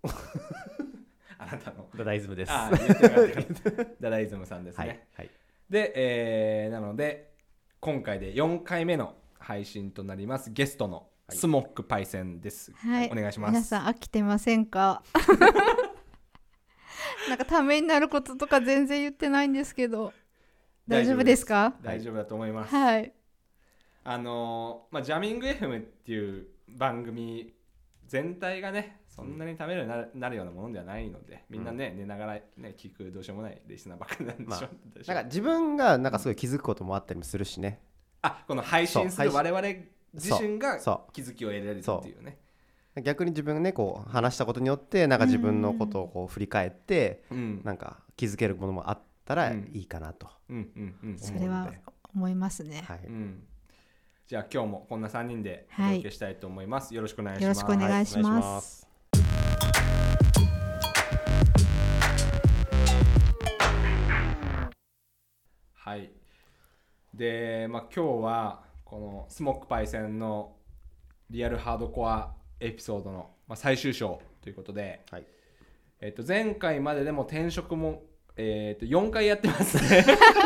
あなたのダダイズムです。 言ってなかったからダダイズムさんですね。 はいはい、 で、なので今回で4回目の配信となります。ゲストのスモックパイセンです、 はい、 お願いします。 皆さん飽きてませんかなんかためになることとか全然言ってないんですけど大丈夫ですか？ 大丈夫だと思います。 はい。 ジャミング FM っていう番組全体がねそんなにためになるようなものではないので、みんなね、寝ながら、ね、聞くどうしようもないリスナーばっかりなんでしょう、 なんか自分がなんかすごい気づくこともあったりもするしね、 この配信する我々自身が気づきを得られるっていうね。 逆に自分がねこう話したことによってなんか自分のことをこう振り返って、なんか気づけるものもあったらいいかなと、 それは思いますね。 はい、 じゃあ今日もこんな3人でお届けしたいと思います。よろしくお願いします。 よろしくお願いします。 はい。で、今日はこのスモックパイセンのリアルハードコアエピソードの最終章ということで、 はい、 前回まででも転職も、4回やってますね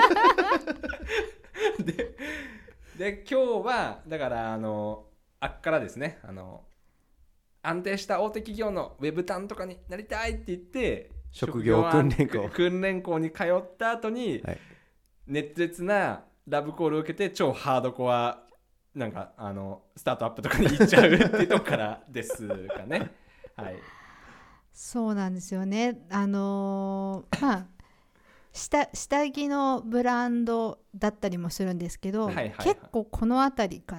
で今日はだからあっからですね、安定した大手企業のウェブ担とかになりたいって言って職業訓練校に通った後に、はい、熱烈なラブコールを受けて超ハードコアなんかスタートアップとかに行っちゃうっていうとこからですかねはい、 そうなんですよね。下着のブランドだったりもするんですけど、結構この辺りから、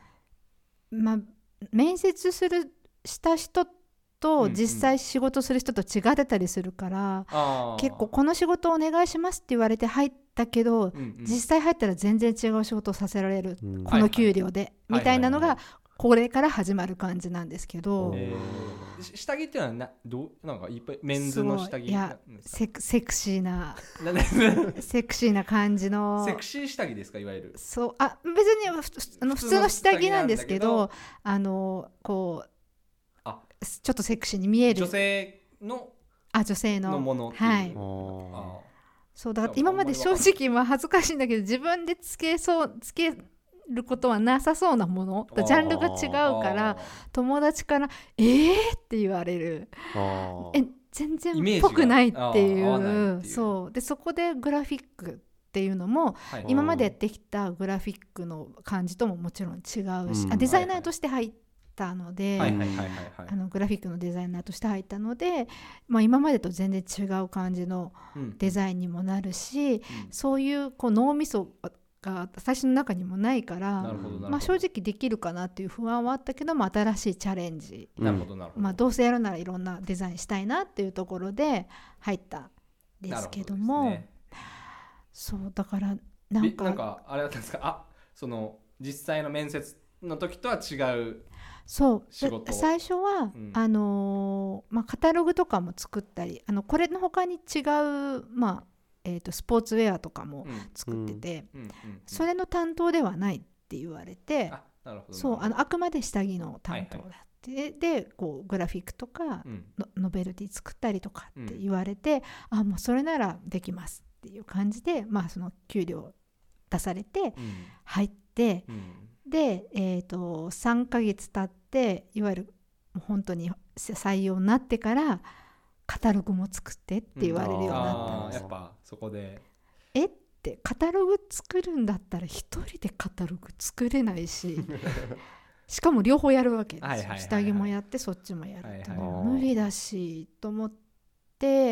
面接した人と実際仕事する人と違ってたりするから、結構この仕事お願いしますって言われて入ったけど、実際入ったら全然違う仕事をさせられる、この給料で、みたいなのがこれから始まる感じなんですけど、 下着っていうのはなんかいっぱいメンズの下着、 いやセクシーなセクシーな感じのセクシー下着ですか、いわゆる。 別に普通の下着なんですけど、こうちょっとセクシーに見える女性のもの、 はい、そうだから今まで正直恥ずかしいんだけど自分でつけることはなさそうなもの、ジャンルが違うから友達からって言われる、全然っぽくないっていう、そうでそこでグラフィックっていうのも、今までやってきたグラフィックの感じとももちろん違うし、デザイナーとして入ったので、グラフィックのデザイナーとして入ったので、今までと全然違う感じのデザインにもなるし、そういう脳みそが私の中にもないから、正直できるかなっていう不安はあったけども、新しいチャレンジ、どうせやるならいろんなデザインしたいなっていうところで入ったんですけども、そうだからなんかあれだったんですか、その実際の面接の時とは違う仕事。 最初は、カタログとかも作ったり、これの他に違うスポーツウェアとかも作ってて、それの担当ではないって言われて、あくまで下着の担当だって、でこうグラフィックとか、ノベルティ作ったりとかって言われて、もうそれならできますっていう感じで、その給料出されて入って、で、3ヶ月経っていわゆる本当に採用になってからカタログも作ってって言われるようになったんです。 やっぱそこでってカタログ作るんだったら一人でカタログ作れないししかも両方やるわけですよ。下着もやってそっちもやるって無理だしと思って、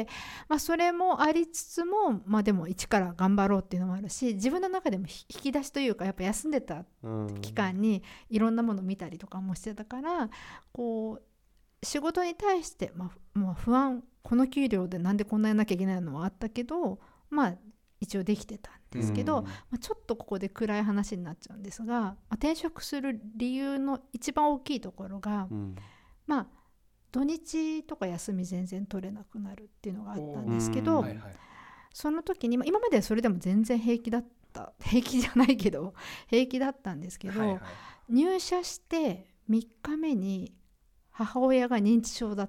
それもありつつも、でも一から頑張ろうっていうのもあるし、自分の中でも引き出しというか、やっぱ休んでた期間にいろんなもの見たりとかもしてたから、こう仕事に対して、不安、この給料でなんでこんなやんなきゃいけないのはあったけど、一応できてたんですけど、ちょっとここで暗い話になっちゃうんですが、転職する理由の一番大きいところが、土日とか休み全然取れなくなるっていうのがあったんですけど、その時に、今まではそれでも全然平気だった、平気じゃないけど平気だったんですけど、入社して3日目に母親が認知症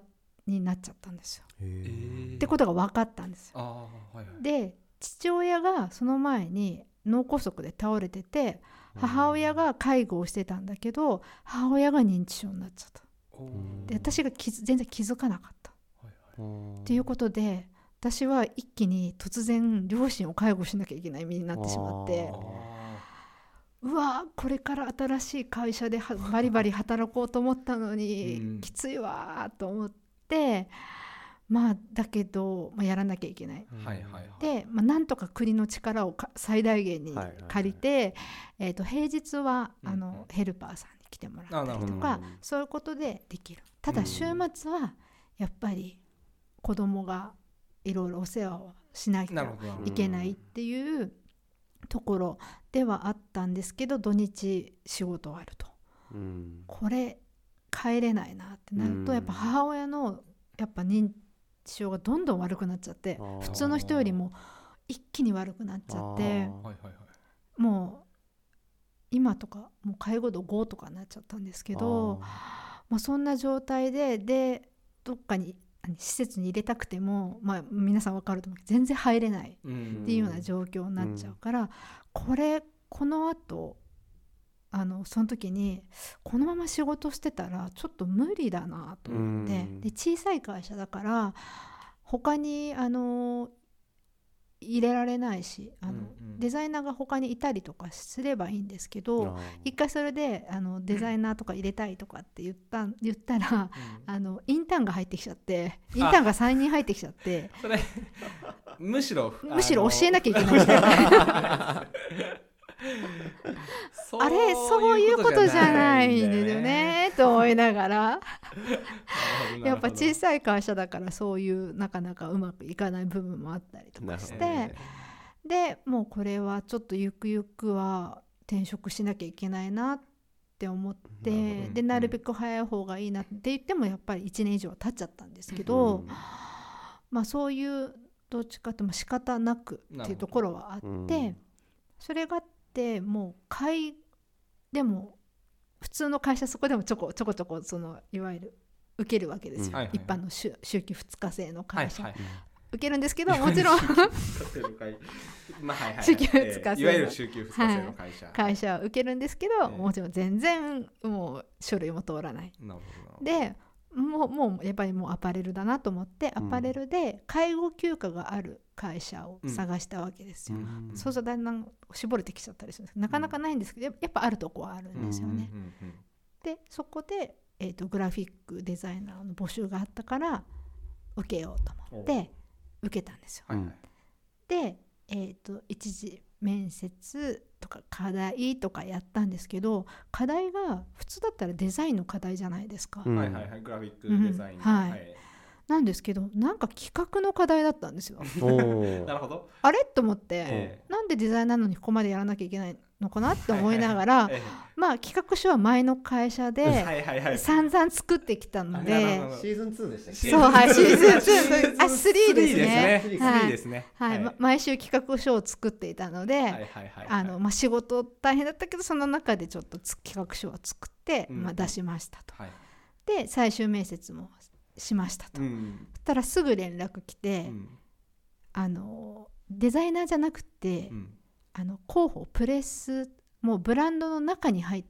になっちゃったんですよ。 へってことが分かったんですよ。 はいはい、 で父親がその前に脳梗塞で倒れてて、母親が介護をしてたんだけど母親が認知症になっちゃった。で私が全然気づかなかった、っていうことで私は一気に突然両親を介護しなきゃいけない身になってしまって、うわこれから新しい会社でバリバリ働こうと思ったのに、きついわと思って、だけど、やらなきゃいけない、で、なんとか国の力を最大限に借りて、平日はヘルパーさんに来てもらったりとか、そういうことでできる。ただ週末はやっぱり子供がいろいろお世話をしなきゃいけないっていうところではあったんですけど、土日仕事あると、これ帰れないなってなると、やっぱ母親のやっぱ認知症がどんどん悪くなっちゃって、普通の人よりも一気に悪くなっちゃって、もう今とかもう介護度5とかになっちゃったんですけど、そんな状態でどっかに施設に入れたくても、皆さん分かると思うけど全然入れないっていうような状況になっちゃうから、このあとその時にこのまま仕事してたらちょっと無理だなと思って、で小さい会社だから他に入れられないし、デザイナーが他にいたりとかすればいいんですけど、一回それでデザイナーとか入れたいとかって言ったら、インターンが入ってきちゃって、インターンが3人入ってきちゃってそれむしろ教えなきゃいけないみたいなあれそういうことじゃないんですよねと思いながらやっぱ小さい会社だからそういうなかなかうまくいかない部分もあったりとかして、でもうこれはちょっとゆくゆくは転職しなきゃいけないなって思って、でなるべく早い方がいいなって言ってもやっぱり1年以上経っちゃったんですけど、そういうどっちかというと仕方なくっていうところはあって、それがでもうでも普通の会社そこでもちょこちょこそのいわゆる受けるわけですよ、一般の週休2日制の会社、受けるんですけど、もちろん週休2日制いわゆる週休2日制の会社は受けるんですけど、もちろん全然もう書類も通らない。でもうやっぱりもうアパレルだなと思って、アパレルで介護休暇がある会社を探したわけですよ。そうするとだんだん絞れてきちゃったりするんですけど、なかなかないんですけど、やっぱあるとこはあるんですよね。でそこで、グラフィックデザイナーの募集があったから受けようと思って受けたんですよ。で、一次面接とか課題とかやったんですけど、課題が普通だったらデザインの課題じゃないですか。 グラフィックデザイン、 なんですけど、なんか企画の課題だったんですよ。 なるほど。 あれと思って、なんでデザイナーなのにここまでやらなきゃいけないのかなって思いながら、企画書は前の会社で散々作ってきたので、 シーズン2でしたっけ？ そう、はい、シーズン2、3ですね。毎週企画書を作っていたので、仕事大変だったけど、その中でちょっと企画書を作って、出しましたと。で最終面接もしましたと。そしたらすぐ連絡来て、デザイナーじゃなくて、広報プレス、もうブランドの中に入って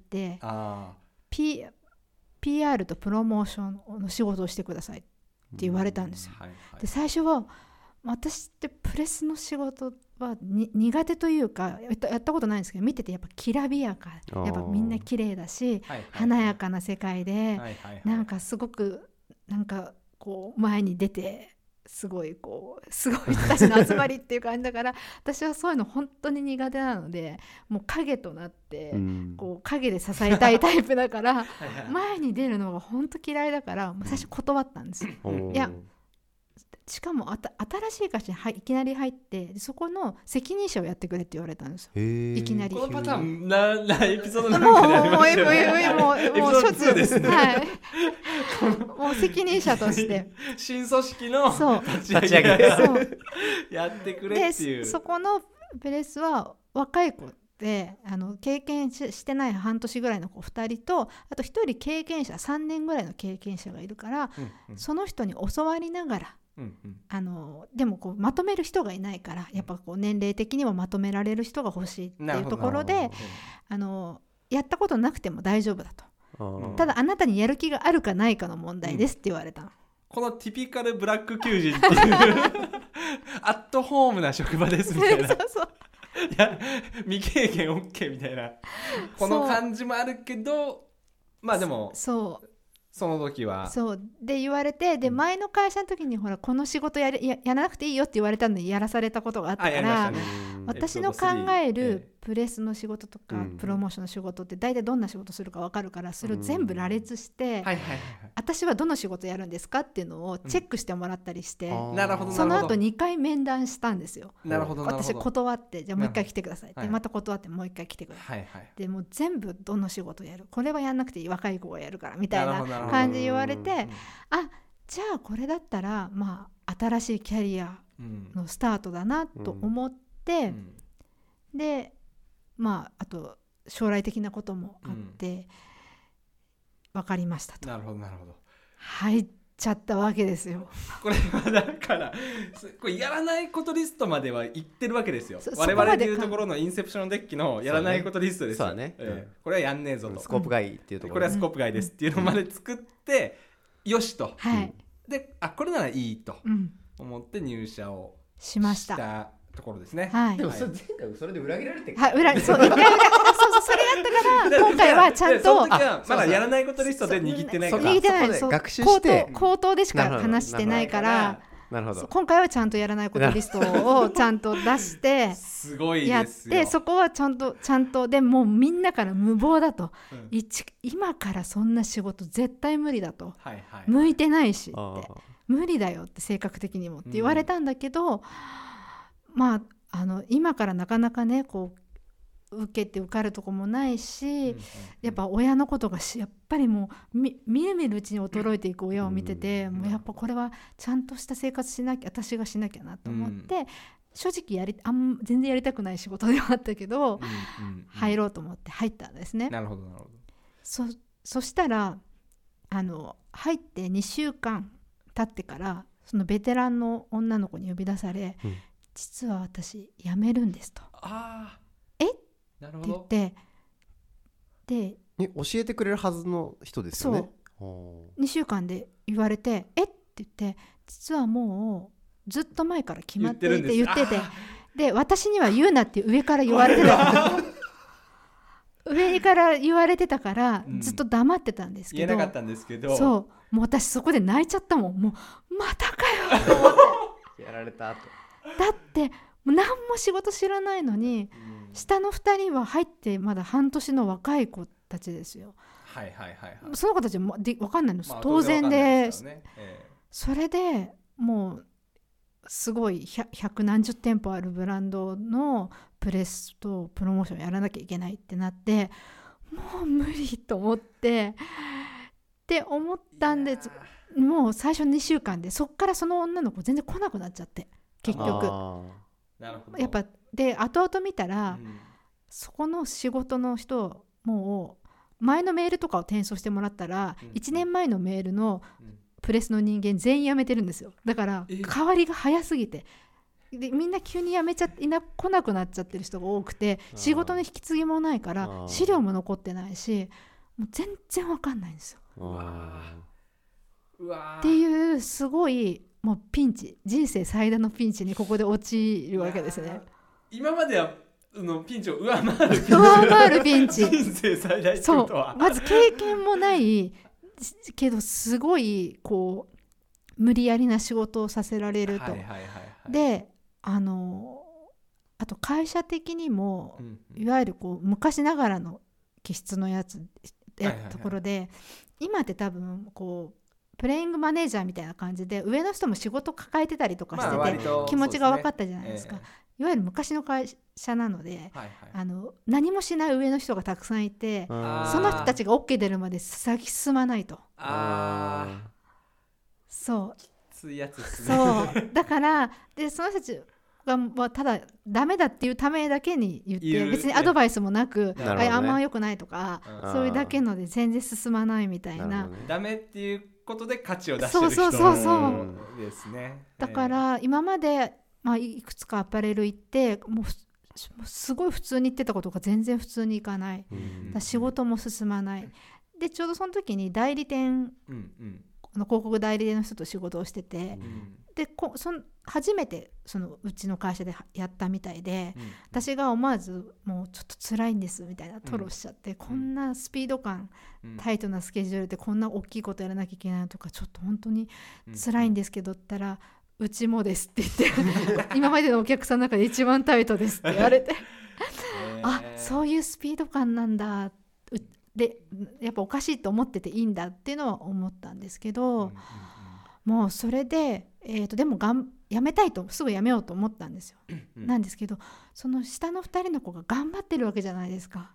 PR とプロモーションの仕事をしてくださいって言われたんですよ。で最初は私ってプレスの仕事は苦手というか、やったことないんですけど、見ててやっぱきらびやか、やっぱみんな綺麗だし、華やかな世界で、なんかすごくなんかこう前に出て、すごい人たちの集まりっていう感じだから私はそういうの本当に苦手なので、もう影となってこう影で支えたいタイプだから前に出るのが本当嫌いだから、もう最初断ったんですよ。いや、しかも新しい会社にいきなり入って、そこの責任者をやってくれって言われたんですよ。いきなり。 このパターンなエピソードなんかでありますよね。 もうしょっちゅうですね。もう責任者として新組織の立ち上げやってくれっていう。 でそこのプレスは若い子て経験 してない半年ぐらいの子2人とあと1人経験者3年ぐらいの経験者がいるから、その人に教わりながら、でもこうまとめる人がいないからやっぱこう年齢的にもまとめられる人が欲しいっていうところでやったことなくても大丈夫だと、ただあなたにやる気があるかないかの問題ですって言われたの。 このティピカルブラック求人っていうアットホームな職場ですみたいなそうそういや未経験 OK みたいなこの感じもあるけど、まあでもその時はそうで言われて、で前の会社の時にほらこの仕事やらなくていいよって言われたのにやらされたことがあったから、私の考えるプレスの仕事とかプロモーションの仕事って大体どんな仕事するか分かるから、それを全部羅列して、私はどの仕事やるんですかっていうのをチェックしてもらったりして、その後2回面談したんですよ。私断って、じゃあもう1回来てくださいって、また断ってもう1回来てください、でもう全部どの仕事やる、これはやんなくていい、若い子がやるからみたいな感じで言われて、あ、じゃあこれだったらまあ新しいキャリアのスタートだなと思って、でまああと将来的なこともあって、分かりましたと。 なるほどなるほど。 入っちゃったわけですよ。 これはだからこれやらないことリストまでは言ってるわけですよ。我々でいうところのインセプションデッキのやらないことリストですよ。 そうね、 これはやんねえぞと、 スコープ外っていうところ、 これはスコープ外ですっていうのまで作って、よしと、でこれならいいと思って入社をしましたところですね。 でも前回それで裏切られてる、 そうそれがあったから今回はちゃんとその時はまだやらないことリストで握ってないから、 握ってない、 学習して口頭でしか話してないから、今回はちゃんとやらないことリストをちゃんと出してすごいやっですよ。 て、そこはちゃんとでもうみんなから無謀だと、今からそんな仕事絶対無理だと、向いてないしって無理だよって性格的にもって言われたんだけど、まあ今からなかなかねこう受けて受かるとこもないし、やっぱ親のことがやっぱりもうみるみるうちに衰えていく親を見てて、もうやっぱこれはちゃんとした生活しなきゃ、私がしなきゃなと思って、正直全然やりたくない仕事ではあったけど、入ろうと思って入ったんですね。 なるほどなるほど。 そしたら入って2週間経ってからそのベテランの女の子に呼び出され、実は私辞めるんですと。 なるほどって言ってで教えてくれるはずの人ですよね。 2週間で言われてって言って、実はもうずっと前から決まっていて言ってて、で私には言うなって上から言われてた上から言われてたからずっと黙ってたんですけど、 言えなかったんですけど、 そうもう私そこで泣いちゃったもん。もうまたかよと思ってやられた後だってもう何も仕事知らないのに、下の2人は入ってまだ半年の若い子たちですよ。その子たちは分かんないの、当然で、それでもうすごい百何十店舗あるブランドのプレスとプロモーションやらなきゃいけないってなって、もう無理と思ってんで、もう最初2週間でそっからその女の子全然来なくなっちゃって、結局やっぱで後々見たら、そこの仕事の人もう前のメールとかを転送してもらったら、1年前のメールのプレスの人間全員辞めてるんですよ。だから変わりが早すぎて、でみんな急に辞めちゃって来なくなっちゃってる人が多くて、仕事の引き継ぎもないから資料も残ってないし、もう全然分かんないんですよ。っていうすごいもうピンチ、人生最大のピンチにここで陥るわけですね。 今まではピンチを上回るピンチ人生最大ってことは、 まず経験もないけどすごいこう無理やりな仕事をさせられると。であと会社的にも、いわゆるこう昔ながらの気質のやつところで、今って多分こうプレイングマネージャーみたいな感じで上の人も仕事抱えてたりとかしてて、気持ちが分かったじゃないですか。いわゆる昔の会社なので、何もしない上の人がたくさんいて、その人たちが OK 出るまで先進まないと。そうきついやつですね。そうだからでその人たちはただダメだっていうためだけに言って別にアドバイスもなく、あんま良くないとか、そういうだけので全然進まないみたいな、 ダメっていうことで価値を出してる人ですね。 だから今まで、いくつかアパレル行ってもうすごい普通に行ってたことが全然普通にいかない、だ仕事も進まないで、ちょうどその時に代理店、広告代理店の人と仕事をしてて、で初めてうちの会社でやったみたいで、私が思わずもうちょっと辛いんですみたいな吐露しちゃって、こんなスピード感、タイトなスケジュールでこんな大きいことやらなきゃいけないのとかちょっと本当に辛いんですけどって言ったら、うちもですって言って今までのお客さんの中で一番タイトですって言われてあ、そういうスピード感なんだで、やっぱおかしいと思ってていいんだっていうのは思ったんですけど、もうそれで、でもやめたいとすぐやめようと思ったんですよ、なんですけどその下の2人の子が頑張ってるわけじゃないですか。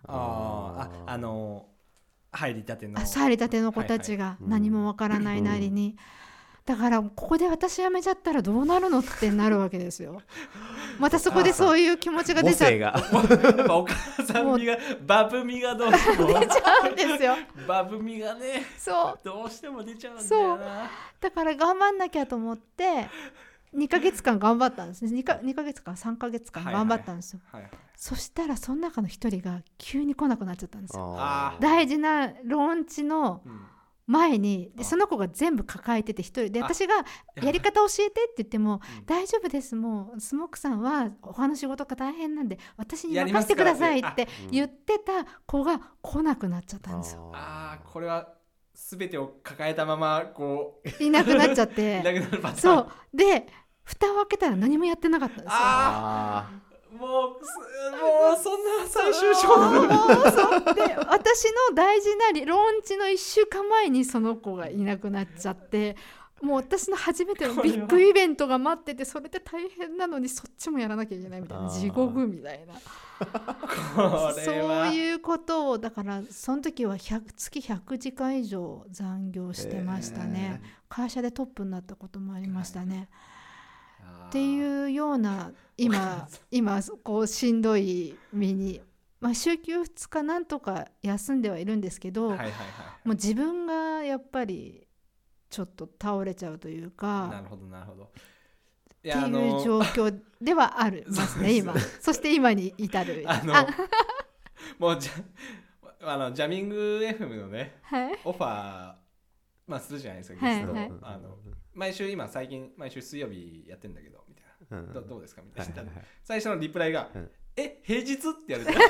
入りたての子たちが何もわからないなりに、だからここで私辞めちゃったらどうなるのってなるわけですよ。またそこでそういう気持ちが出ちゃう。 やっぱお母さん味がバブみがどうしても出ちゃうんですよ。 バブみがね、 そうどうしても出ちゃうんだよな。 だから頑張んなきゃと思って2ヶ月間頑張ったんですね。2ヶ月間3ヶ月間頑張ったんですよ、そしたらその中の一人が急に来なくなっちゃったんですよ。大事なローンチの前にでその子が全部抱えてて一人で、私がやり方教えてって言っても大丈夫です、もうスモークさんは他の仕事が大変なんで私に任せてくださいって言ってた子が来なくなっちゃったんですよ。 これは全てを抱えたままこういなくなっちゃっていなくなるパターン。 そうで蓋を開けたら何もやってなかったんですよ。 もうそんな最終章なの。 で私の大事なローンチの1週間前にその子がいなくなっちゃって、もう私の初めてのビッグイベントが待ってて、それで大変なのにそっちもやらなきゃいけないみたいな、地獄みたいなそういうことを、だからその時は月100時間以上残業してましたね。会社でトップになったこともありましたね。っていうような今こうしんどい身に、週休2日なんとか休んではいるんですけど、もう自分がやっぱりちょっと倒れちゃうというか、 なるほどなるほどっていう状況ではありますね今。そして今に至るもうジャミング FM のね、オファー、するじゃないですか、ゲスト、最近毎週水曜日やってんだけどみたいな、どうですかみたいな、最初のリプライが、平日って言われて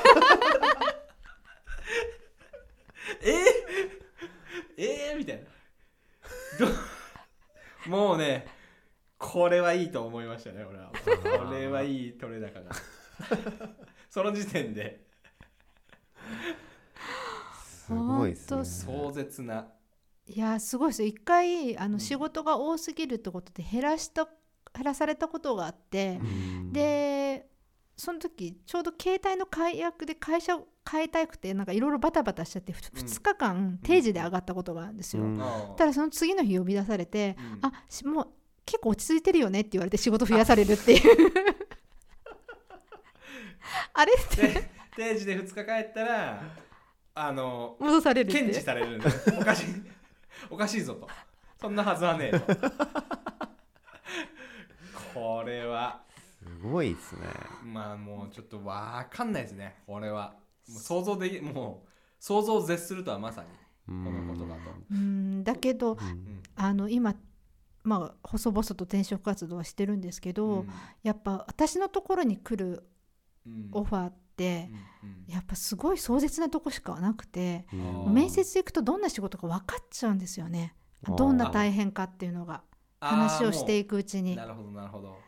みたいなもうね、これはいいと思いましたね、俺は。これはいい取れ高がその時点ですごいですね、 壮絶な。 いやすごいですよ。一回仕事が多すぎるってことで減らされたことがあって、でその時ちょうど携帯の解約で会社を変えたくて、なんかいろいろバタバタしちゃって2日間定時で上がったことがあるんですよ。ただその次の日呼び出されて、もう結構落ち着いてるよねって言われて仕事増やされるっていうあれって定時で2日帰ったら戻されるって検知されるんでおかしいぞと、そんなはずはねえとこれはすごいですね。 もうちょっとわかんないですね、これは。もう想像を絶するとはまさにこのことだと。 だけど、今細々と転職活動はしてるんですけど、やっぱ私のところに来るオファーって、やっぱすごい壮絶なとこしかなくて、面接行くとどんな仕事か分かっちゃうんですよね。どんな大変かっていうのが話をしていくうちに。 なるほどなるほど。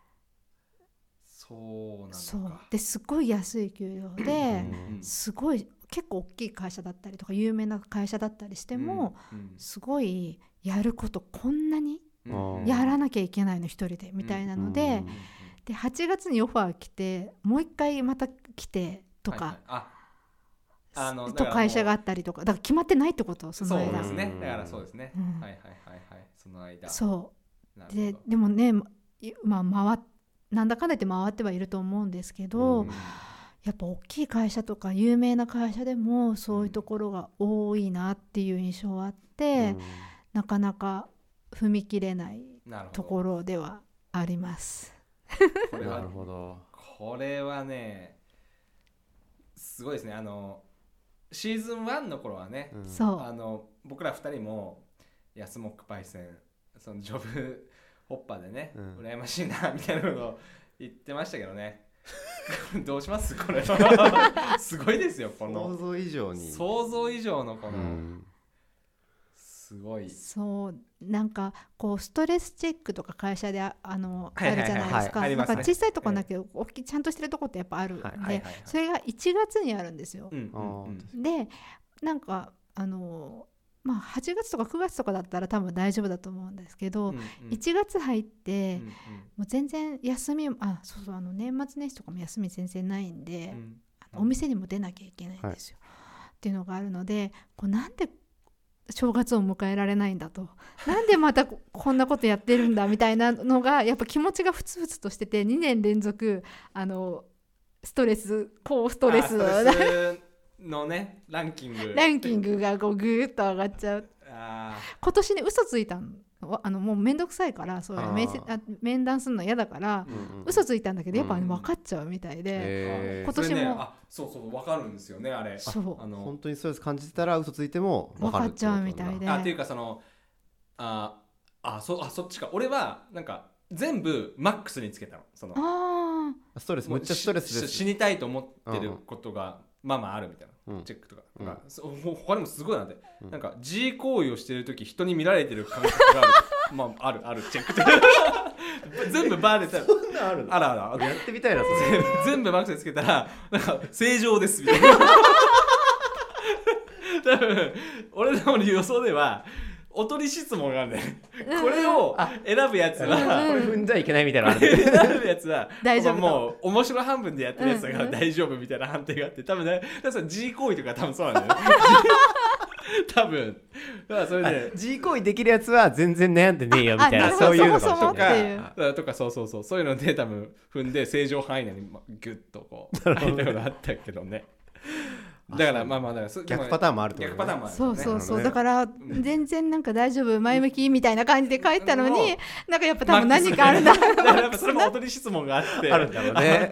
そうなんだか。 そうですごい安い給料ですごい結構大きい会社だったりとか有名な会社だったりしても、すごいやることこんなにやらなきゃいけないの一人でみたいなので、で8月にオファー来てもう一回また来てとか、と会社があったりとか、だから決まってないってこと、その間。 そうですね、だからそうですね、はいはいはいはい、その間。 そうでもね、回っなんだかんだ言って回ってはいると思うんですけど、やっぱ大きい会社とか有名な会社でもそういうところが多いなっていう印象はあって、なかなか踏み切れないところではあります。 なるほど。 これはねすごいですね。シーズン1の頃はね、僕ら2人もスモックパイセンそのジョブホッパーでね、羨ましいなみたいなことを言ってましたけどねどうしますこれすごいですよ、この想像以上のこの、すごい。 そうなんかこうストレスチェックとか会社であるじゃないですか。なんか小さいところだけど、大きいちゃんとしてるとこってやっぱあるんで、それが1月にあるんですよ。でなんか8月とか9月とかだったら多分大丈夫だと思うんですけど、1月入って、もう全然休み年末年始とかも休み全然ないんで、お店にも出なきゃいけないんですよ、っていうのがあるので、なんで正月を迎えられないんだと、なんでまたこんなことやってるんだみたいなのがやっぱ気持ちがふつふつとしてて、2年連続高ストレスのねランキングがこうグーッと上がっちゃう。今年ね嘘ついたの、もうめんどくさいから、そういう面談するの嫌だから、嘘ついたんだけどやっぱ分かっちゃうみたいで、今年もそう分かるんですよね、あれ。 本当にストレス感じてたら嘘ついても分かっちゃうみたいで、 っていうかそっちか。俺はなんか全部マックスにつけたの。 ストレスめっちゃストレスです。 死にたいと思ってることがまああるみたいな、チェックとか、他にもすごいなんで、なんか G 行為をしてるとき人に見られてる感覚があるあるチェックとか全部バーでたら、 そんなあるの？ あるやってみたいな。 全部マックスでつけたらなんか正常ですみたいな多分俺の予想ではおとり質問があるんだよ、これを選ぶやつはこれ踏んじゃいけないみたいなの選ぶやつは大丈夫、 もう面白半分でやってるやつが大丈夫みたいな判定があって、多分ね、だから G 行為とか多分そうなんだよ多分だからそれで G 行為できるやつは全然悩んでねえよみたいな、そういうのかもしれないとかそういうので多分踏んで正常範囲内にギュッとこう入ったことあったけどね。だからだから逆パターンもあると逆パターンもある、 ね、そうだから全然なんか大丈夫前向きみたいな感じで書いたのに、なんかやっぱ多分何かあるんだろうなやっぱそれもおとり質問があってあるんだろうね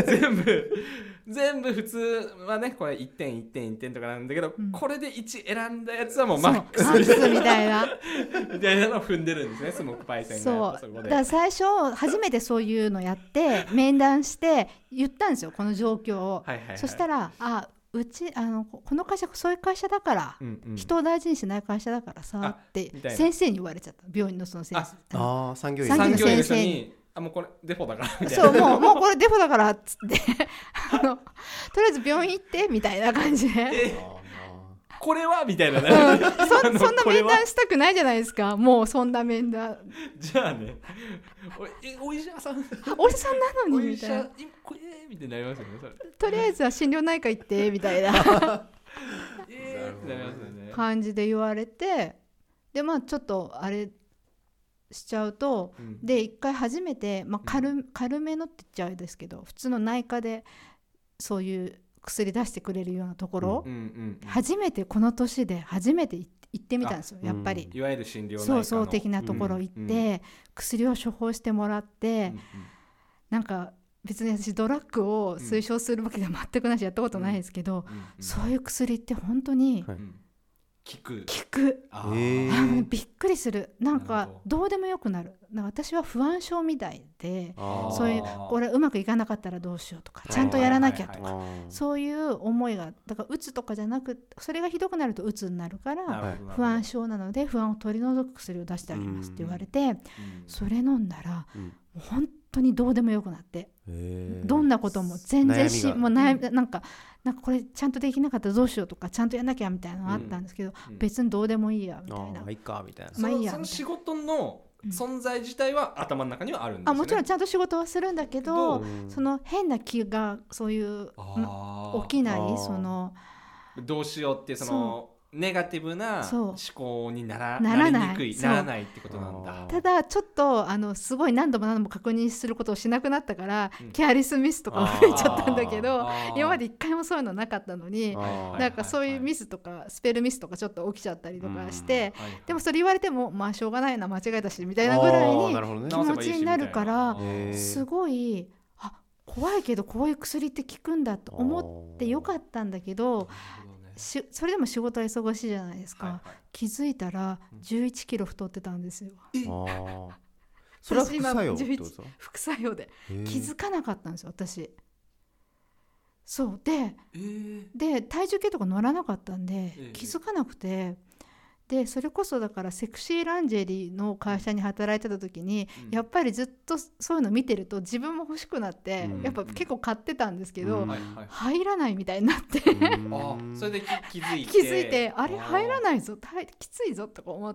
全部普通はねこれ1点とかなんだけど、これで1選んだやつはもうマックスみたいなみたいなのを踏んでるんですね、スモークパイセンが。 そうだから最初初めてそういうのやって面談して言ったんですよ、この状況を。そしたらうちこの会社そういう会社だから、人を大事にしない会社だからさって先生に言われちゃった。病院のその先生、 産業医の先生にもうこれデフォだからみたいな、 そうもうこれデフォだからっつってとりあえず病院行ってみたいな感じでこれはみたいなね、 そんな面談したくないじゃないですか、もうそんな面談。 じゃあね、お医者さんなのにみたいなみたいになりますよね、それ。 とりあえずは心療内科行ってみたいな感じで言われて、でちょっとあれしちゃうと、で一回初めて、軽めのって言っちゃうんですけど、普通の内科でそういう薬出してくれるようなところ、初めてこの年で初めて行ってみたんですよ、やっぱり。 いわゆる心療内科のそう的なところ行って、薬を処方してもらって、なんか別に私ドラッグを推奨するわけでは全くないし、やったことないですけど、そういう薬って本当に効く、びっくりする。なんかどうでもよくなる。なんか私は不安症みたいで、そういうこれうまくいかなかったらどうしようとか、ちゃんとやらなきゃとか、そういう思いが、だからうつとかじゃなく、それがひどくなるとうつになるから、不安症なので不安を取り除く薬を出してあげますって言われて、それ飲んだら本当にどうでもよくなって、どんなことも全然もうなんかこれちゃんとできなかったらどうしようとか、ちゃんとやんなきゃみたいなのがあったんですけど、別にどうでもいいやみたいな、 いいかみたいな、 その仕事の存在自体は頭の中にはあるんですよね。 もちろんちゃんと仕事はするんだけど、その変な気がそういう起きない、そのどうしようってそのネガティブなそう思考にならないならないってことなんだ。 ただちょっとすごい何度も何度も確認することをしなくなったから、ケアリスミスとか増えちゃったんだけど、今まで一回もそういうのなかったのに、なんかそういうミスとかスペルミスとかちょっと起きちゃったりとかして、でもそれ言われてもまあしょうがないな、間違えたしみたいなぐらいに気持ちになるから、すごい怖いけどこういう薬って効くんだと思ってよかったんだけど、それでも仕事は忙しいじゃないですか、気づいたら11キロ太ってたんですよ。 それは副作用ってこと？ 副作用で気づかなかったんですよ私。そうで、体重計とか乗らなかったんで、気づかなくて、でそれこそだからセクシーランジェリーの会社に働いてた時に、やっぱりずっとそういうの見てると自分も欲しくなって、やっぱ結構買ってたんですけど、入らないみたいになってそれで気づいてあれ入らないぞ、きついぞとか思って、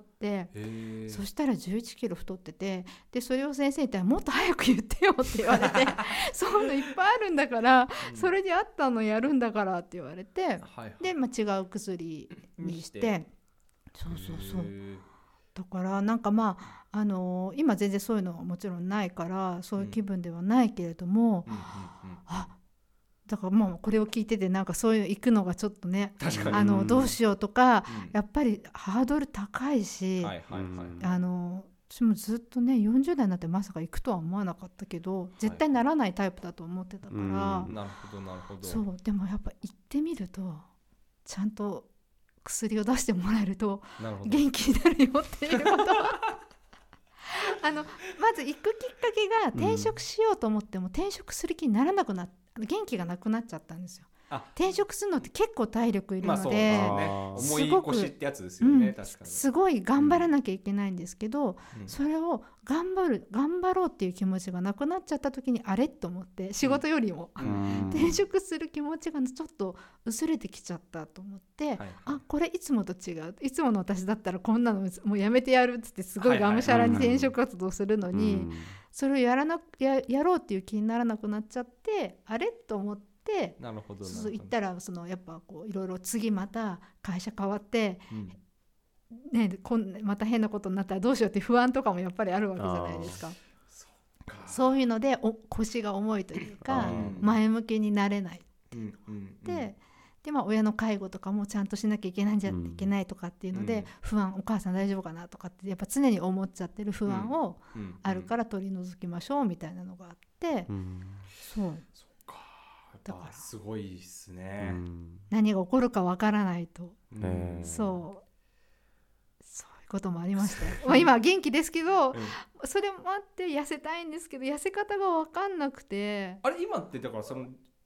そしたら11キロ太ってて、でそれを先生に言ったらもっと早く言ってよって言われてそういうのいっぱいあるんだから、それに合ったのやるんだからって言われて、で、違う薬にしてそうだからなんか今全然そういうのはもちろんないからそういう気分ではないけれども、だからこれを聞いててなんかそういう行くのがちょっとね、どうしようとか、やっぱりハードル高いし、私もずっとね40代になってまさか行くとは思わなかったけど、絶対ならないタイプだと思ってたから、 なるほど。 そうでもやっぱ行ってみるとちゃんと薬を出してもらえると元気になるよっていうことまず行くきっかけが転職しようと思っても転職する気にならなくなっ元気がなくなっちゃったんですよ。転職するのって結構体力いるので、 重い腰ってやつですよね、確かにすごい頑張らなきゃいけないんですけど、それを頑張ろうっていう気持ちがなくなっちゃった時にあれと思って、仕事よりも、転職する気持ちがちょっと薄れてきちゃったと思って、これいつもと違う、いつもの私だったらこんなのもうやめてやるっつってすごいがむしゃらに転職活動するのに、それをやろうっていう気にならなくなっちゃって、あれと思って、行ったらやっぱいろいろ次また会社変わって、また変なことになったらどうしようって不安とかもやっぱりあるわけじゃないですか。そういうので腰が重いというか、前向きになれないで、親の介護とかもちゃんとしなきゃいけないんじゃいけないとかっていうので、不安、お母さん大丈夫かなとかってやっぱ常に思っちゃってる不安をあるから取り除きましょうみたいなのがあって、そうだからすごいですね、 何が起こるかわからないと、そういうこともありましたよ今は元気ですけど、それもあって痩せたいんですけど痩せ方が分かんなくて、 あれ今ってだから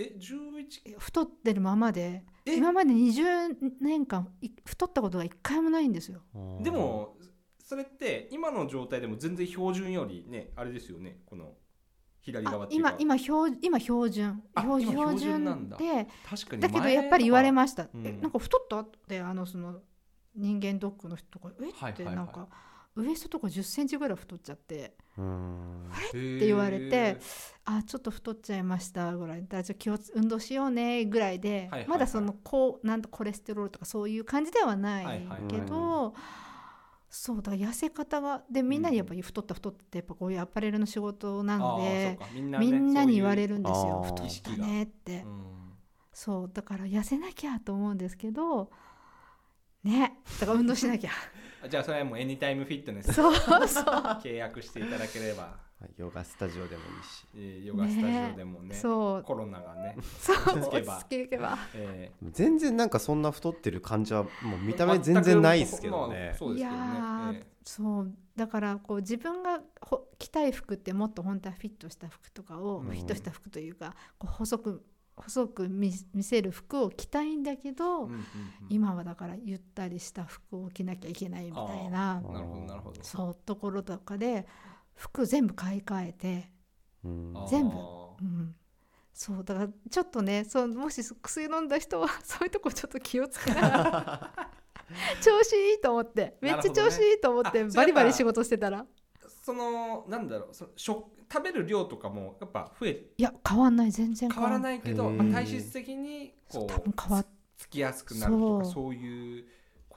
11 太ってるままで、今まで20年間太ったことが1回もないんですよ。 でもそれって今の状態でも全然標準よりね、あれですよね、この左側っていうか今標準なんだ。 で、 確かにだけどやっぱり言われました、なんか太ったって人間ドックの人とかってなんかウエストとか10センチぐらい太っちゃって、あれって言われて、ちょっと太っちゃいましたぐらいで、じゃあ運動しようねぐらいで、まだなんとコレステロールとかそういう感じではないけど、そうだ、痩せ方がでみんなにやっぱり太ってやっぱこういうアパレルの仕事なので、みんなに言われるんですよ、太ったねって、そうだから痩せなきゃと思うんですけどね、だから運動しなきゃじゃあそれはもうエニタイムフィットネス契約していただければヨガスタジオでもいいし、 ヨガスタジオでもね、コロナがね落ち着けば、 全然なんかそんな太ってる感じはもう見た目全然ないですけどね。 そうですよね。 そうだから自分が着たい服ってもっと本当はフィットした服とかを、フィットした服というか細く見せる服を着たいんだけど、今はだからゆったりした服を着なきゃいけないみたいな、そうところとかで服全部買い替えて、全部、そうだからちょっとね、もし薬飲んだ人はそういうとこちょっと気をつけながら調子いいと思って、めっちゃ調子いいと思ってバリバリ仕事してたら、 なんだろう、食べる量とかもやっぱ増え、 いや変わんない、全然変わらないけど、体質的に多分つきやすくなるとか、そういう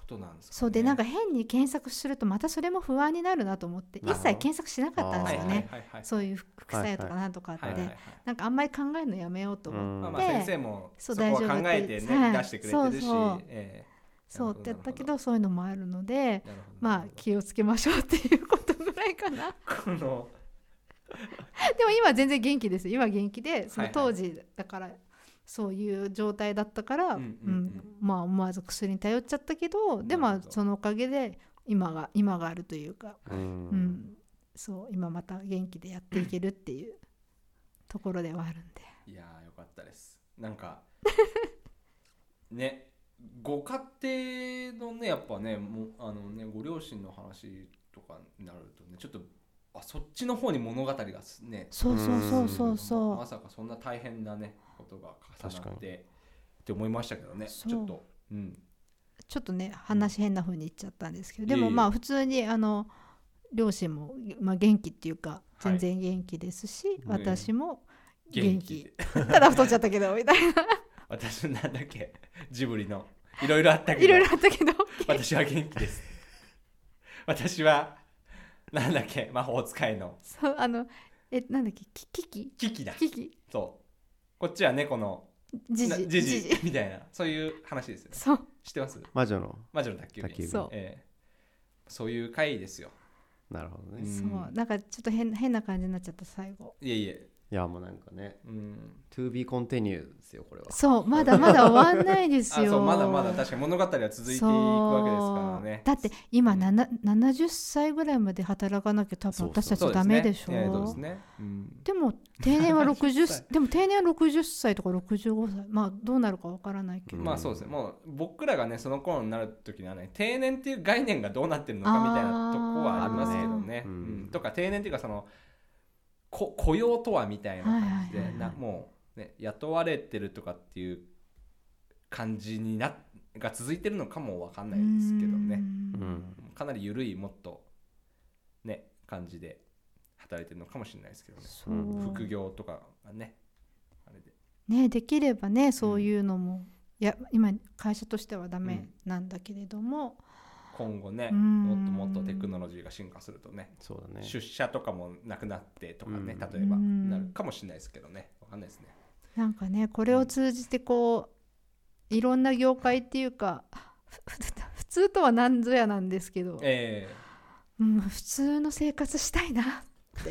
ことなんですかね。 そうでなんか変に検索するとまたそれも不安になるなと思って一切検索しなかったんですよね。そういう副作用とかなんとかってなんかあんまり考えるのやめようと思って、 先生もそこは考えてね出してくれてるし、 そうってやったけどそういうのもあるのでまあ気をつけましょうっていうことぐらいかな。でも今全然元気です。今元気でその当時だからそういう状態だったからまあ思わず薬に頼っちゃったけどでもそのおかげで今があるというか、そう今また元気でやっていけるっていうところではあるんで。 いやーよかったです。なんかねご家庭のねやっぱねもうねご両親の話とかになるとねちょっとそっちの方に物語がねそうまさかそんな大変なねことが重なってって思いましたけどね。ちょっと、 ちょっとね話変な風に言っちゃったんですけど、でもまあ普通に両親も、まあ、元気っていうか全然元気ですし、私も元気ただ太っちゃったけどみたいな私なんだっけジブリのいろいろあったけど私は元気です私はなんだっけ魔法使いのそうなんだっけキキだキキそうこっちは猫のジジみたいなそういう話ですよね。 そう知ってます？ 魔女の宅急便そういう回ですよ。 なるほどね。 そうなんかちょっと変な感じになっちゃった最後。 いやもうなんかね、To be continued ですよこれは。 そうまだまだ終わんないですよ。 そうまだまだ確かに物語は続いていくわけですからね。 だって今70歳ぐらいまで働かなきゃ多分私たちダメでしょ。 そうですね。 でも定年は60でも定年は60歳とか65歳まあどうなるかわからないけど。 まあそうですね。もう僕らがねその頃になる時にはね定年っていう概念がどうなってるのかみたいなとこはありますけどね。とか定年っていうかその雇用とはみたいな感じで、もう、ね、雇われてるとかっていう感じにが続いてるのかも分かんないですけどね、かなり緩いもっとね感じで働いてるのかもしれないですけどね。副業とかがねあれでねできればねそういうのも、いや今会社としてはダメなんだけれども、 今後ねもっともっとテクノロジーが進化するとね、 そうだね出社とかもなくなってとかね、例えばなるかもしれないですけどね、わかんないですね。 なんかねこれを通じてこういろんな業界っていうか普通とは何ぞやなんですけど、普通の生活したいなって。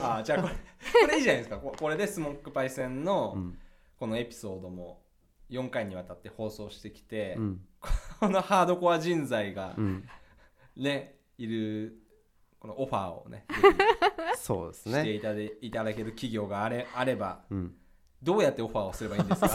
じゃあこれいいじゃないですか。これでスモックパイセンのこのエピソードも4回にわたって放送してきて、このハードコア人材が、ね、いるこのオファーをねそうですねしていただける企業があれば、どうやってオファーをすればいいんですか？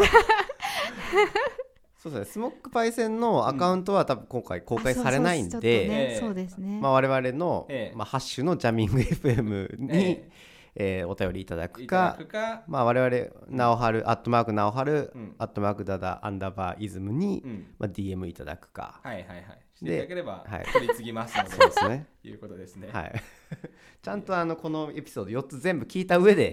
そうですね、スモックパイセンのアカウントは多分今回公開されないんで、 そうですね、 我々の、ハッシュのジャミング FM に、お便りいただくか、我々なおはるアットマークなおはるアットマークダダアンダーバーイズムに、DM いただくか、 していただければ取り次ぎますので、 そうですねいうことですね。 ちゃんとこのエピソード4つ全部聞いた上で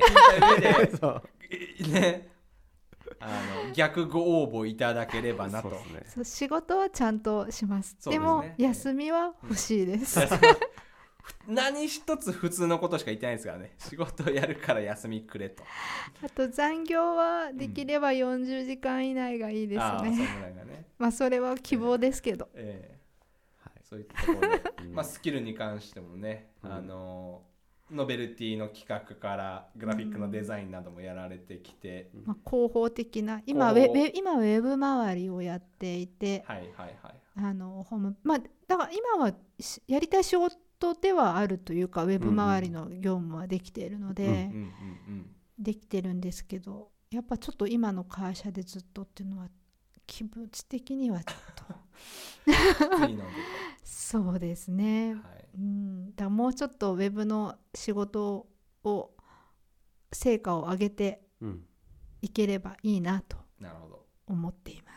ね逆ご応募いただければなと。 そう仕事はちゃんとします。でも休みは欲しいです。 何一つ普通のことしか言ってないですからね。仕事やるから休みくれと。 あと残業はできれば40時間以内がいいですね。まあそれは希望ですけど。 そういったところで、スキルに関してもね、ノベルティの企画からグラフィックのデザインなどもやられてきて、 広報的な今ウェブ周りをやっていて、ホームだから今はやりたい仕事ではあるというかウェブ周りの業務はできているのでできてるんですけど、やっぱちょっと今の会社でずっとっていうのは気持ち的にはちょっとそうですね、だからもうちょっとウェブの仕事を成果を上げていければいいなと思っています。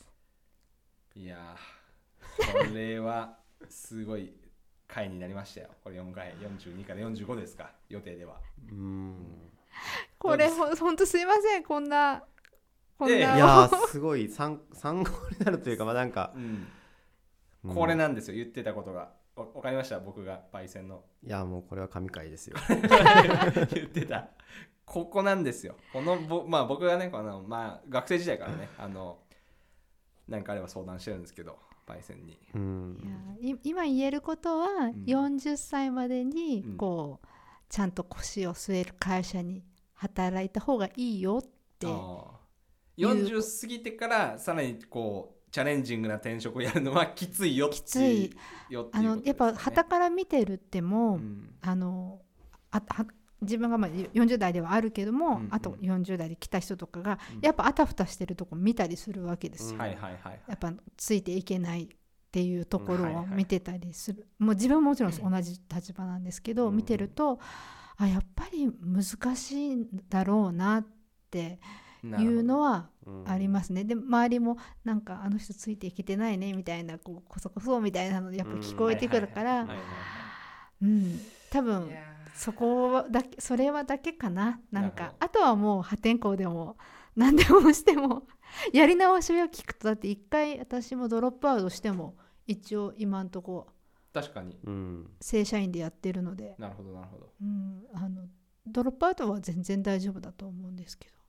いやこれはすごい回になりましたよ。これ4回42から45ですか、予定では。 これほんとすいません、こんないやすごい参考になるというか、なんか、 これなんですよ、言ってたことが。わかりました？僕がパイセンの。 いやもうこれは神回ですよ。 言ってた。ここなんですよ。この僕がね学生時代からねなんかあれば相談してるんですけど、パイセンに。 いや今言えることは、40歳までにこう、ちゃんと腰を据える会社に働いた方がいいよって。 40過ぎてからさらにこうチャレンジングな転職をやるのはきついよっていう。きつい。 やっぱ傍から見てるっても、自分が40代ではあるけども、あと40代で来た人とかが、やっぱあたふたしてるとこ見たりするわけですよ。やっぱついていけないっていうところを見てたりする。もう自分ももちろん同じ立場なんですけど、見てるとやっぱり難しいんだろうなっていうのはありますね。で周りもなんかあの人ついていけてないねみたいなこそこそみたいなのやっぱ聞こえてくるから、多分それはだけかな。なんかあとはもう破天荒でも何でもしてもやり直しを聞くと、だって一回私もドロップアウトしても一応今んとこ確かに正社員でやってるので、 なるほどなるほど、 ドロップアウトは全然大丈夫だと思うんですけど、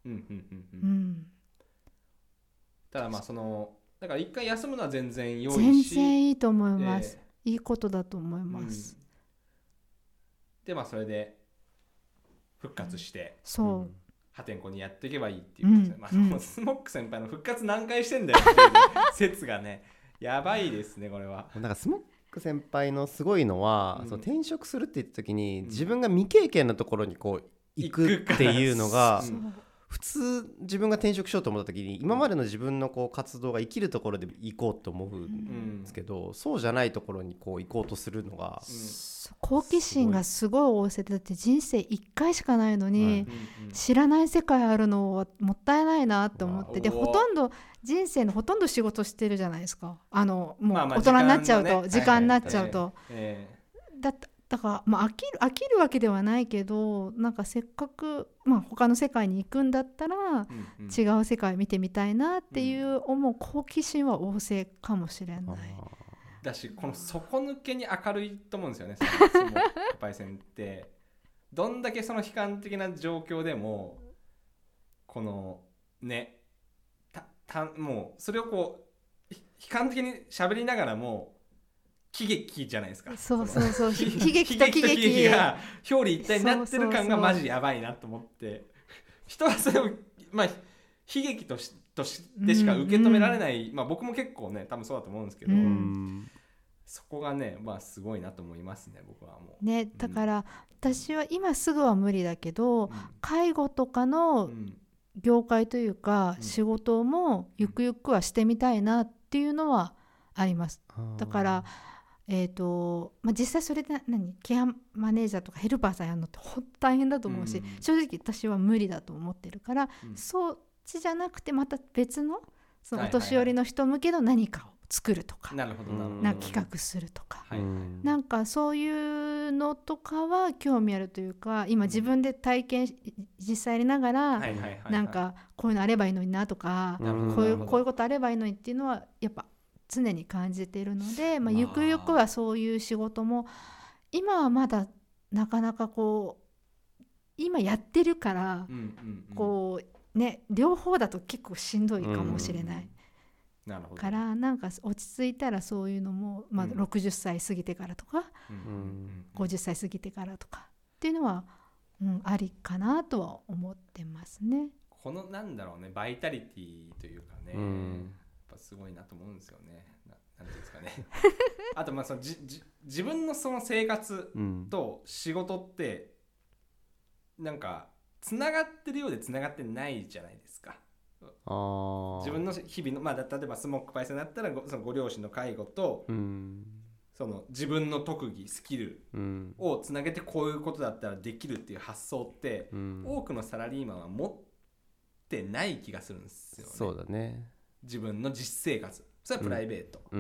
ただだから一回休むのは全然良いし、 全然いいと思います、いいことだと思います、 でそれで復活して、破天荒にやっていけばいいっていうことですね。スモック先輩の復活何回してんだよっていう説がねやばいですね。これはなんかスモック先輩のすごいのは、転職するって言った時に、自分が未経験のところにこう行くっていうのが、普通自分が転職しようと思った時に今までの自分のこう活動が生きるところで行こうと思うんですけど、そうじゃないところにこう行こうとするのが、 好奇心がすごい旺盛で、だって人生1回しかないのに、知らない世界あるのはもったいないなと思って、で人生のほとんど仕事してるじゃないですか。もう大人になっちゃうと、時間になっちゃうと、だから飽きるわけではないけど、なんかせっかく他の世界に行くんだったら、違う世界見てみたいなっていう思う好奇心は旺盛かもしれない。 だし、この底抜けに明るいと思うんですよね。そのパイセンってどんだけその悲観的な状況でもこのねもうそれをこう悲観的に喋りながらも喜劇じゃないですか。 そう悲劇と喜劇が表裏一体になってる感がマジやばいなと思って、人はそれを悲劇としてしか受け止められない、僕も結構ね多分そうだと思うんですけど、そこがねすごいなと思いますね。僕はもうね、だから私は今すぐは無理だけど、介護とかの業界というか、仕事もゆくゆくはしてみたいなっていうのはあります。だから実際それでケアマネージャーとかヘルパーさんやるのって本当大変だと思うし、正直私は無理だと思ってるから、そっちじゃなくてまた別のそのお年寄りの人向けの何かを作るとか、なんか企画するとか、なんかそういうのとかは興味あるというか、今自分で体験実際やりながら、なんかこういうのあればいいのになとか、こういうことあればいいのにっていうのはやっぱ常に感じているので、ゆくゆくはそういう仕事も今はまだなかなかこう今やってるから、こうね両方だと結構しんどいかもしれない、からなんか落ち着いたらそういうのも、60歳過ぎてからとか、50歳過ぎてからとかっていうのは、ありかなとは思ってますね。 このなんだろうね、バイタリティというかね、やっぱすごいなと思うんですよね。なんていうんですかねあとその自分のその生活と仕事ってなんかつながってるようでつながってないじゃないですか。自分の日々の、例えばスモックパイセンだったらそのご両親の介護と、その自分の特技スキルをつなげてこういうことだったらできるっていう発想って、多くのサラリーマンは持ってない気がするんですよね。 そうだね。 自分の実生活、それはプライベート、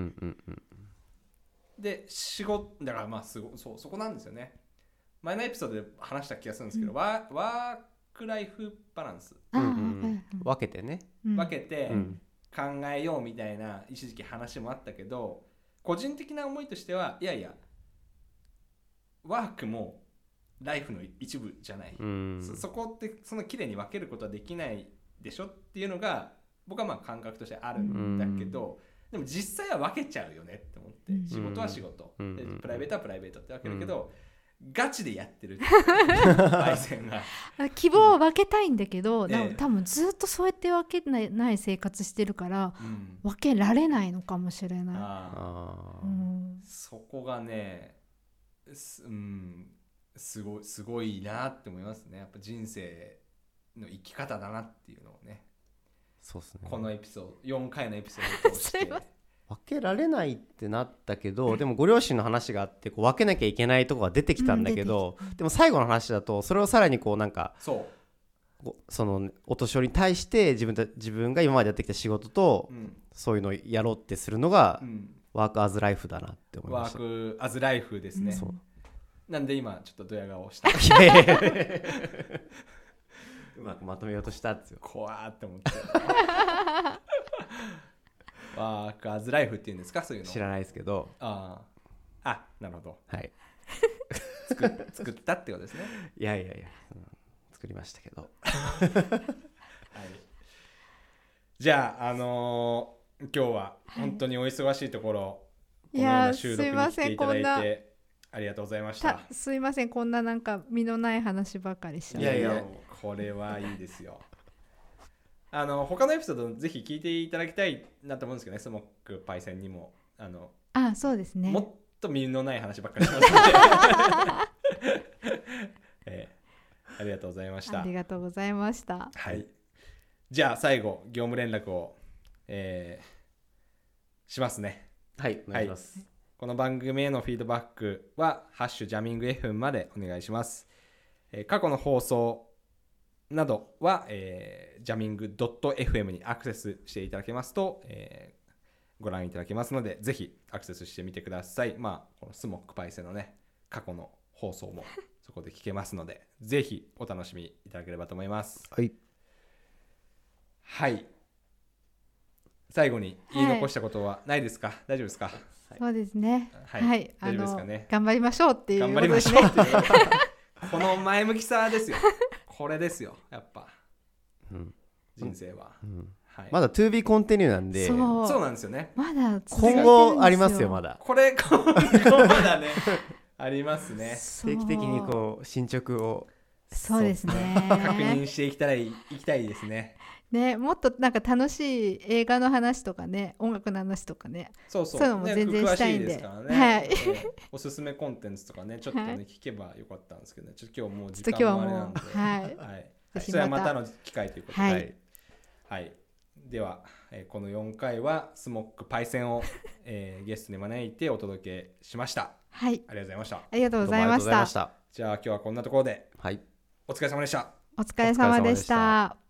で仕事だからそこなんですよね。前のエピソードで話した気がするんですけど、ワークライフバランス、 分けてね、 分けて考えようみたいな一時期話もあったけど、 個人的な思いとしてはいやいやワークもライフの一部じゃない、そこってその綺麗に分けることはできないでしょっていうのが僕はまあ感覚としてあるんだけど、でも実際は分けちゃうよねって思って、仕事は仕事、でプライベートはプライベートって分けるけど、ガチでやってるパイセンが希望を分けたいんだけど、多分ずっとそうやって分けない生活してるから、分けられないのかもしれない。 そこがね、すごいなって思いますね。やっぱ人生の生き方だなっていうのをね。 そうですね。 このエピソード4回のエピソードを通して分けられないってなったけど、でもご両親の話があってこう分けなきゃいけないところが出てきたんだけど、でも最後の話だとそれをさらにこうなんかそのお年寄りに対して自分が今までやってきた仕事と、そういうのをやろうってするのが、ワークアズライフだなって思いました。 ワークアズライフですね。なんで今ちょっとドヤ顔したうまくまとめようとしたんですよ。 怖ーって思ってワークアズライフっていうんですか、そういうの知らないですけど。 なるほど。 はい。 作ったってことですね。 いや、作りましたけどはい、じゃあ今日は本当にお忙しいところ、このような収録に来ていただいてありがとうございました。 すいません、こんななんか身のない話ばかりしちゃう。 いやこれはいいですよ。他のエピソードぜひ聞いていただきたいなと思うんですけどね、スモックパイセンにもそうですね、 もっと身のない話ばっかりしますのでありがとうございました。 ありがとうございました。 はい、じゃあ最後業務連絡を、しますね。 はい、お願いします。 この番組へのフィードバックはハッシュジャミング FM までお願いします。過去の放送などは、ジャミング .fm にアクセスしていただけますと、ご覧いただけますので、ぜひアクセスしてみてください。このスモックパイセンのね、過去の放送もそこで聞けますので、ぜひお楽しみいただければと思います。はい。最後に言い残したことはないですか？大丈夫ですか？ そうですね。 はい。大丈夫ですかね？ 頑張りましょうっていうことですね。 頑張りましょうっていうこの前向きさですよ。これですよ、やっぱ。人生は。 まだ To be continue なんで。 そうなんですよね。 まだ今後ありますよ、まだ。 これ今後まだねありますね。 定期的にこう進捗を。 そうですね。 確認していきたいですね。 ね、もっとなんか楽しい映画の話とかね、音楽の話とかね、そういうのも全然したいんで、 はい。おすすめコンテンツとかね、ちょっとね聞けばよかったんですけどね、ちょっと今日もう時間もあれなんで、はい。それはまたの機会ということで、はい。ではこの4回はスモックパイセンをゲストに招いてお届けしました。はい。ありがとうございました。 ありがとうございました。 じゃあ今日はこんなところで、はい。お疲れ様でした。 お疲れ様でした。